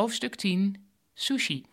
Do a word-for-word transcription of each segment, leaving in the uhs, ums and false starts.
Hoofdstuk tien. Sushi.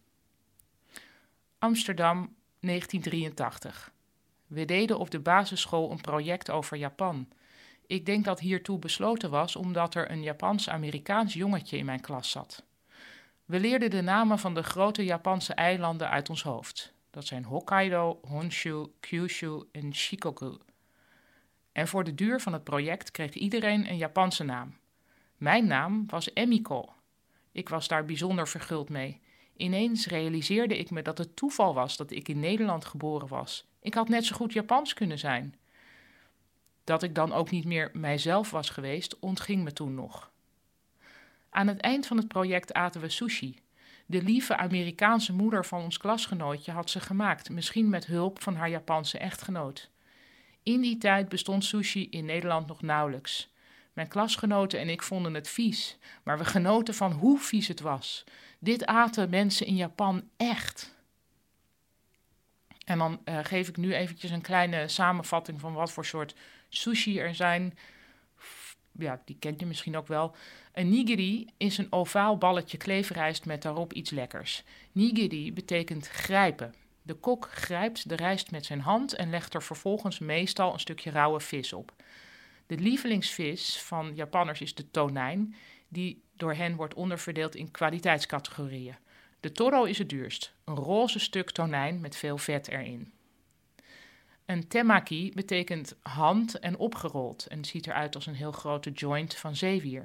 Amsterdam, negentien drieëntachtig. We deden op de basisschool een project over Japan. Ik denk dat hiertoe besloten was omdat er een Japans-Amerikaans jongetje in mijn klas zat. We leerden de namen van de grote Japanse eilanden uit ons hoofd. Dat zijn Hokkaido, Honshu, Kyushu en Shikoku. En voor de duur van het project kreeg iedereen een Japanse naam. Mijn naam was Emiko. Ik was daar bijzonder verguld mee. Ineens realiseerde ik me dat het toeval was dat ik in Nederland geboren was. Ik had net zo goed Japans kunnen zijn. Dat ik dan ook niet meer mijzelf was geweest, ontging me toen nog. Aan het eind van het project aten we sushi. De lieve Amerikaanse moeder van ons klasgenootje had ze gemaakt, misschien met hulp van haar Japanse echtgenoot. In die tijd bestond sushi in Nederland nog nauwelijks. Mijn klasgenoten en ik vonden het vies, maar we genoten van hoe vies het was. Dit aten mensen in Japan echt. En dan uh, geef ik nu eventjes een kleine samenvatting van wat voor soort sushi er zijn. Ja, die kent je misschien ook wel. Een nigiri is een ovaal balletje kleefrijst met daarop iets lekkers. Nigiri betekent grijpen. De kok grijpt de rijst met zijn hand en legt er vervolgens meestal een stukje rauwe vis op. De lievelingsvis van Japanners is de tonijn, die door hen wordt onderverdeeld in kwaliteitscategorieën. De toro is het duurst, een roze stuk tonijn met veel vet erin. Een temaki betekent hand en opgerold en ziet eruit als een heel grote joint van zeewier.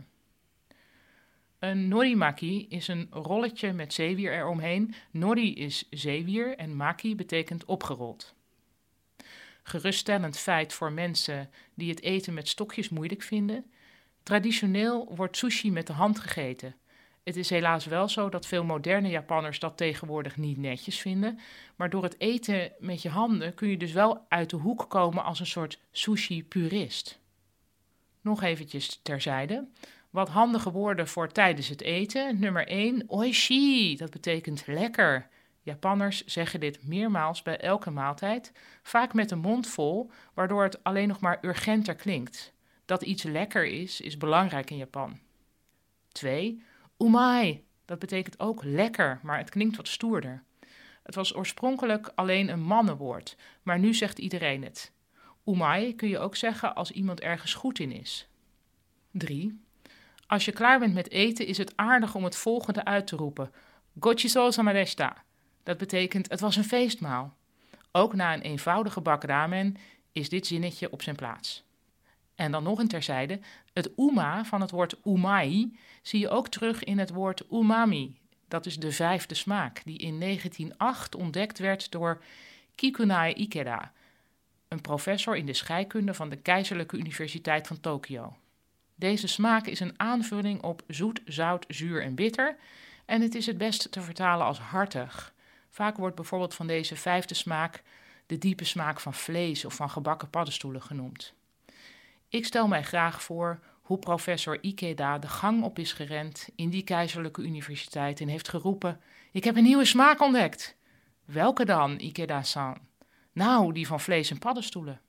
Een norimaki is een rolletje met zeewier eromheen. Nori is zeewier en maki betekent opgerold. Geruststellend feit voor mensen die het eten met stokjes moeilijk vinden. Traditioneel wordt sushi met de hand gegeten. Het is helaas wel zo dat veel moderne Japanners dat tegenwoordig niet netjes vinden. Maar door het eten met je handen kun je dus wel uit de hoek komen als een soort sushi-purist. Nog eventjes terzijde. Wat handige woorden voor tijdens het eten. Nummer één, oishi, dat betekent lekker. Japanners zeggen dit meermaals bij elke maaltijd, vaak met de mond vol, waardoor het alleen nog maar urgenter klinkt. Dat iets lekker is, is belangrijk in Japan. twee. Umai, dat betekent ook lekker, maar het klinkt wat stoerder. Het was oorspronkelijk alleen een mannenwoord, maar nu zegt iedereen het. Umai kun je ook zeggen als iemand ergens goed in is. drie. Als je klaar bent met eten is het aardig om het volgende uit te roepen. Gochisousama deshita. Dat betekent het was een feestmaal. Ook na een eenvoudige bak ramen is dit zinnetje op zijn plaats. En dan nog een terzijde, het uma van het woord umai zie je ook terug in het woord umami. Dat is de vijfde smaak, die in negentien nul acht ontdekt werd door Kikunae Ikeda, een professor in de scheikunde van de Keizerlijke Universiteit van Tokio. Deze smaak is een aanvulling op zoet, zout, zuur en bitter en het is het best te vertalen als hartig. Vaak wordt bijvoorbeeld van deze vijfde smaak de diepe smaak van vlees of van gebakken paddenstoelen genoemd. Ik stel mij graag voor hoe professor Ikeda de gang op is gerend in die keizerlijke universiteit en heeft geroepen: ik heb een nieuwe smaak ontdekt. Welke dan, Ikeda-san? Nou, die van vlees en paddenstoelen.